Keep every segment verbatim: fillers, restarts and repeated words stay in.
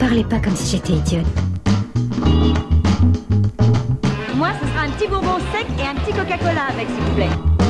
parlez pas comme si j'étais idiote. Moi, ce sera un petit bonbon sec et un petit Coca-Cola avec, s'il vous plaît.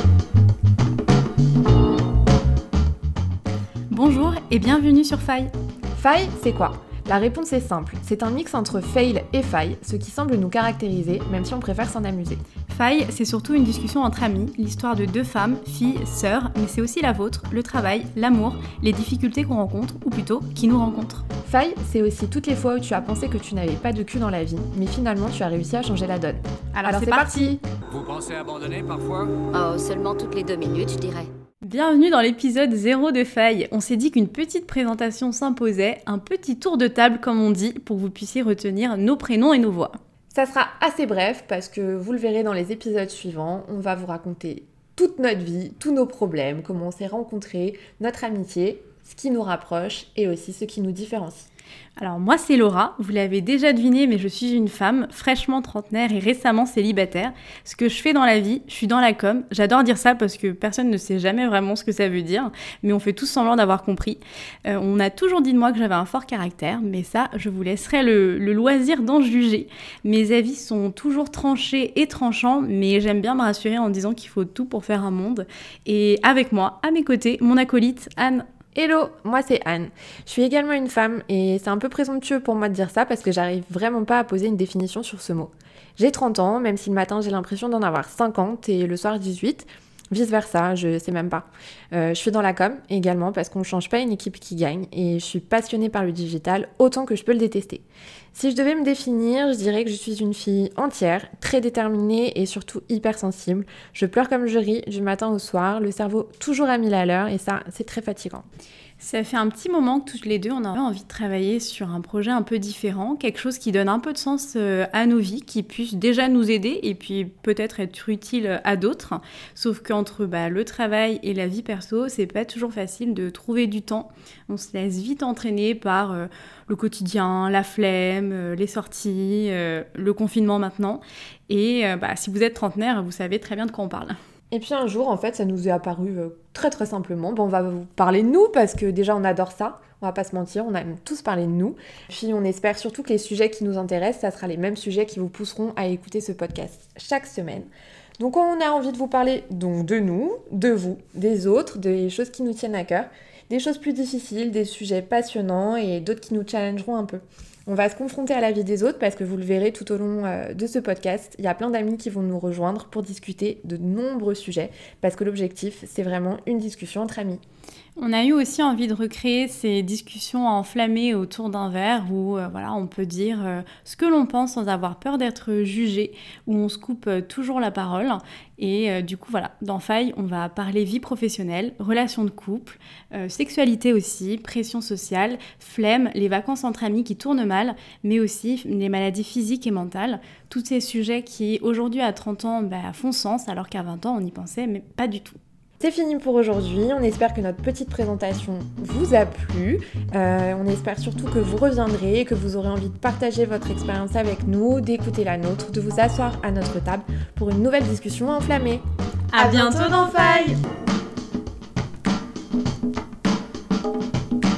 Bonjour et bienvenue sur Faille. Faille, c'est quoi ? La réponse est simple, c'est un mix entre fail et faille, ce qui semble nous caractériser, même si on préfère s'en amuser. Faille, c'est surtout une discussion entre amis, l'histoire de deux femmes, filles, sœurs, mais c'est aussi la vôtre, le travail, l'amour, les difficultés qu'on rencontre, ou plutôt, qui nous rencontrent. Faille, c'est aussi toutes les fois où tu as pensé que tu n'avais pas de cul dans la vie, mais finalement tu as réussi à changer la donne. Alors, Alors c'est, c'est parti. parti. Vous pensez abandonner parfois ? Oh, seulement toutes les deux minutes, je dirais. Bienvenue dans l'épisode zéro de Faille. On s'est dit qu'une petite présentation s'imposait, un petit tour de table comme on dit, pour que vous puissiez retenir nos prénoms et nos voix. Ça sera assez bref parce que vous le verrez dans les épisodes suivants, on va vous raconter toute notre vie, tous nos problèmes, comment on s'est rencontrés, notre amitié, ce qui nous rapproche et aussi ce qui nous différencie. Alors moi c'est Laura, vous l'avez déjà deviné mais je suis une femme fraîchement trentenaire et récemment célibataire. Ce que je fais dans la vie, je suis dans la com, j'adore dire ça parce que personne ne sait jamais vraiment ce que ça veut dire, mais on fait tous semblant d'avoir compris. Euh, on a toujours dit de moi que j'avais un fort caractère, mais ça je vous laisserai le, le loisir d'en juger. Mes avis sont toujours tranchés et tranchants, mais j'aime bien me rassurer en disant qu'il faut tout pour faire un monde. Et avec moi, à mes côtés, mon acolyte Anne. Hello, moi c'est Anne. Je suis également une femme et c'est un peu présomptueux pour moi de dire ça parce que j'arrive vraiment pas à poser une définition sur ce mot. J'ai trente ans, même si le matin j'ai l'impression d'en avoir cinquante et le soir dix-huit. Vice versa, je sais même pas. Euh, je suis dans la com également parce qu'on ne change pas une équipe qui gagne et je suis passionnée par le digital autant que je peux le détester. Si je devais me définir, je dirais que je suis une fille entière, très déterminée et surtout hypersensible. Je pleure comme je ris du matin au soir, le cerveau toujours à mille à l'heure et ça, c'est très fatigant. Ça fait un petit moment que toutes les deux, on a envie de travailler sur un projet un peu différent, quelque chose qui donne un peu de sens à nos vies, qui puisse déjà nous aider et puis peut-être être utile à d'autres. Sauf qu'entre bah, le travail et la vie perso, c'est pas toujours facile de trouver du temps. On se laisse vite entraîner par euh, le quotidien, la flemme, euh, les sorties, euh, le confinement maintenant. Et euh, bah, si vous êtes trentenaire, vous savez très bien de quoi on parle. Et puis un jour, en fait, ça nous est apparu euh, très très simplement. Bon, on va vous parler de nous parce que déjà on adore ça, on va pas se mentir, on aime tous parler de nous. Puis on espère surtout que les sujets qui nous intéressent, ça sera les mêmes sujets qui vous pousseront à écouter ce podcast chaque semaine. Donc on a envie de vous parler donc de nous, de vous, des autres, des choses qui nous tiennent à cœur, des choses plus difficiles, des sujets passionnants et d'autres qui nous challengeront un peu. On va se confronter à la vie des autres parce que vous le verrez tout au long euh, de ce podcast. Il y a plein d'amis qui vont nous rejoindre pour discuter de nombreux sujets parce que l'objectif, c'est vraiment une discussion entre amis. On a eu aussi envie de recréer ces discussions enflammées autour d'un verre où euh, voilà, on peut dire euh, ce que l'on pense sans avoir peur d'être jugé, où on se coupe euh, toujours la parole. Et euh, du coup, voilà, dans Faille, on va parler vie professionnelle, relations de couple, euh, sexualité aussi, pression sociale, flemme, les vacances entre amis qui tournent mal, mais aussi les maladies physiques et mentales. Tous ces sujets qui, aujourd'hui, à trente ans, bah, font sens, alors qu'à vingt ans, on y pensait, mais pas du tout. C'est fini pour aujourd'hui, on espère que notre petite présentation vous a plu, euh, on espère surtout que vous reviendrez et que vous aurez envie de partager votre expérience avec nous, d'écouter la nôtre, de vous asseoir à notre table pour une nouvelle discussion enflammée. À bientôt dans Faille!